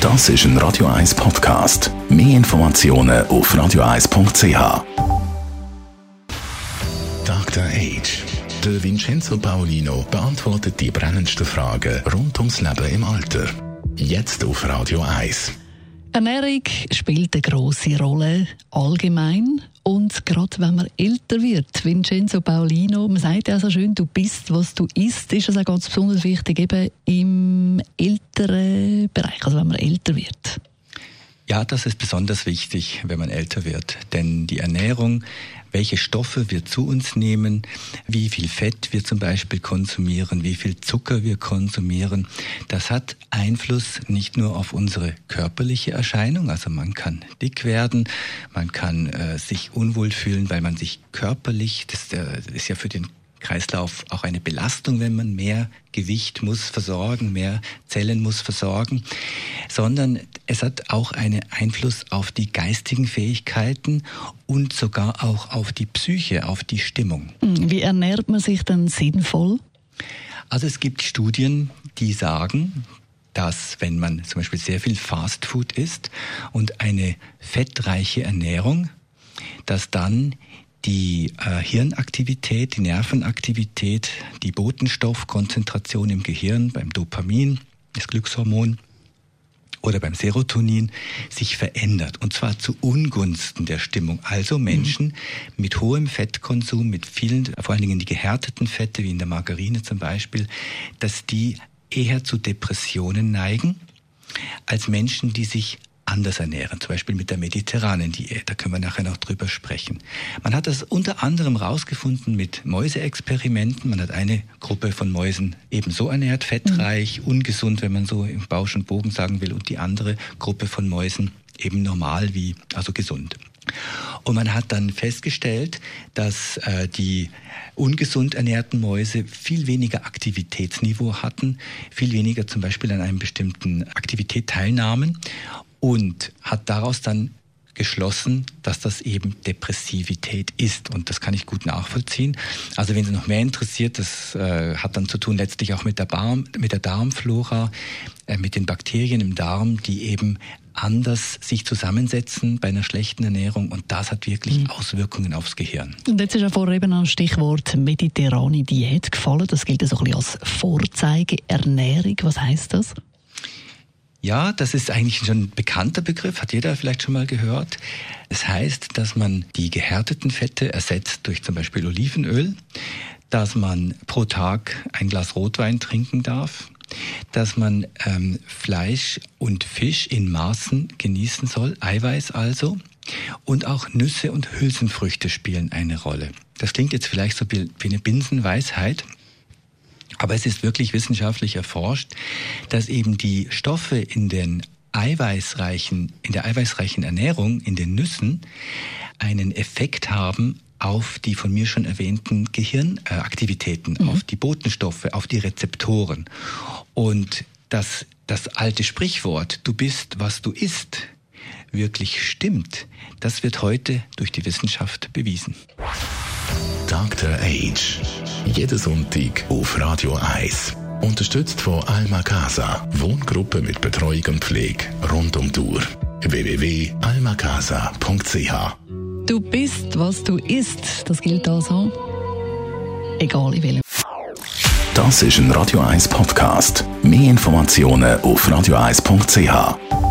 Das ist ein Radio 1 Podcast. Mehr Informationen auf radio1.ch. Dr. Age. Der Vincenzo Paolino beantwortet die brennendsten Fragen rund ums Leben im Alter. Jetzt auf Radio 1. Ernährung spielt eine grosse Rolle, allgemein und gerade wenn man älter wird. Vincenzo Paolino, man sagt ja so schön, du bist, was du isst. Ist das auch ganz besonders wichtig eben im älteren Bereich, also wenn man älter wird? Ja, das ist besonders wichtig, wenn man älter wird. Denn die Ernährung, welche Stoffe wir zu uns nehmen, wie viel Fett wir zum Beispiel konsumieren, wie viel Zucker wir konsumieren, das hat Einfluss nicht nur auf unsere körperliche Erscheinung. Also man kann dick werden, man kann sich unwohl fühlen, weil man sich körperlich, das ist ja für den Kreislauf auch eine Belastung, wenn man mehr Gewicht muss versorgen, mehr Zellen muss versorgen, sondern es hat auch einen Einfluss auf die geistigen Fähigkeiten und sogar auch auf die Psyche, auf die Stimmung. Wie ernährt man sich dann sinnvoll? Also es gibt Studien, die sagen, dass wenn man zum Beispiel sehr viel Fastfood isst und eine fettreiche Ernährung, dass dann die Hirnaktivität, die Nervenaktivität, die Botenstoffkonzentration im Gehirn, beim Dopamin, das Glückshormon oder beim Serotonin sich verändert. Und zwar zu Ungunsten der Stimmung. Also Menschen mit hohem Fettkonsum, mit vielen, vor allen Dingen die gehärteten Fette, wie in der Margarine zum Beispiel, dass die eher zu Depressionen neigen, als Menschen, die sich anders ernähren, zum Beispiel mit der mediterranen Diät. Da können wir nachher noch drüber sprechen. Man hat das unter anderem rausgefunden mit Mäuseexperimenten. Man hat eine Gruppe von Mäusen ebenso ernährt, fettreich, ungesund, wenn man so im Bausch und Bogen sagen will, und die andere Gruppe von Mäusen eben normal, also gesund. Und man hat dann festgestellt, dass die ungesund ernährten Mäuse viel weniger Aktivitätsniveau hatten, viel weniger zum Beispiel an einem bestimmten Aktivität teilnahmen und hat daraus dann geschlossen, dass das eben Depressivität ist. Und das kann ich gut nachvollziehen. Also wenn Sie noch mehr interessiert, das hat dann zu tun letztlich auch mit der Darmflora, mit den Bakterien im Darm, die eben anders sich zusammensetzen bei einer schlechten Ernährung, und das hat wirklich Auswirkungen aufs Gehirn. Und jetzt ist ja vorher eben ein Stichwort mediterrane Diät gefallen. Das gilt ja so ein bisschen als Vorzeigeernährung. Was heisst das? Ja, das ist eigentlich schon ein bekannter Begriff, hat jeder vielleicht schon mal gehört. Es heißt, dass man die gehärteten Fette ersetzt durch zum Beispiel Olivenöl, dass man pro Tag ein Glas Rotwein trinken darf, dass man Fleisch und Fisch in Maßen genießen soll, Eiweiß also, und auch Nüsse und Hülsenfrüchte spielen eine Rolle. Das klingt jetzt vielleicht so wie eine Binsenweisheit, aber es ist wirklich wissenschaftlich erforscht, dass eben die Stoffe in der eiweißreichen Ernährung, in den Nüssen, einen Effekt haben auf die von mir schon erwähnten Gehirnaktivitäten, auf die Botenstoffe, auf die Rezeptoren. Und dass das alte Sprichwort, du bist, was du isst, wirklich stimmt, das wird heute durch die Wissenschaft bewiesen. Dr. Age. Jeden Sonntag auf Radio 1. Unterstützt von Alma Casa. Wohngruppe mit Betreuung und Pflege rund um die Uhr. www.almacasa.ch. Du bist, was du isst. Das gilt also, egal in welchem. Das ist ein Radio 1 Podcast. Mehr Informationen auf radio1.ch.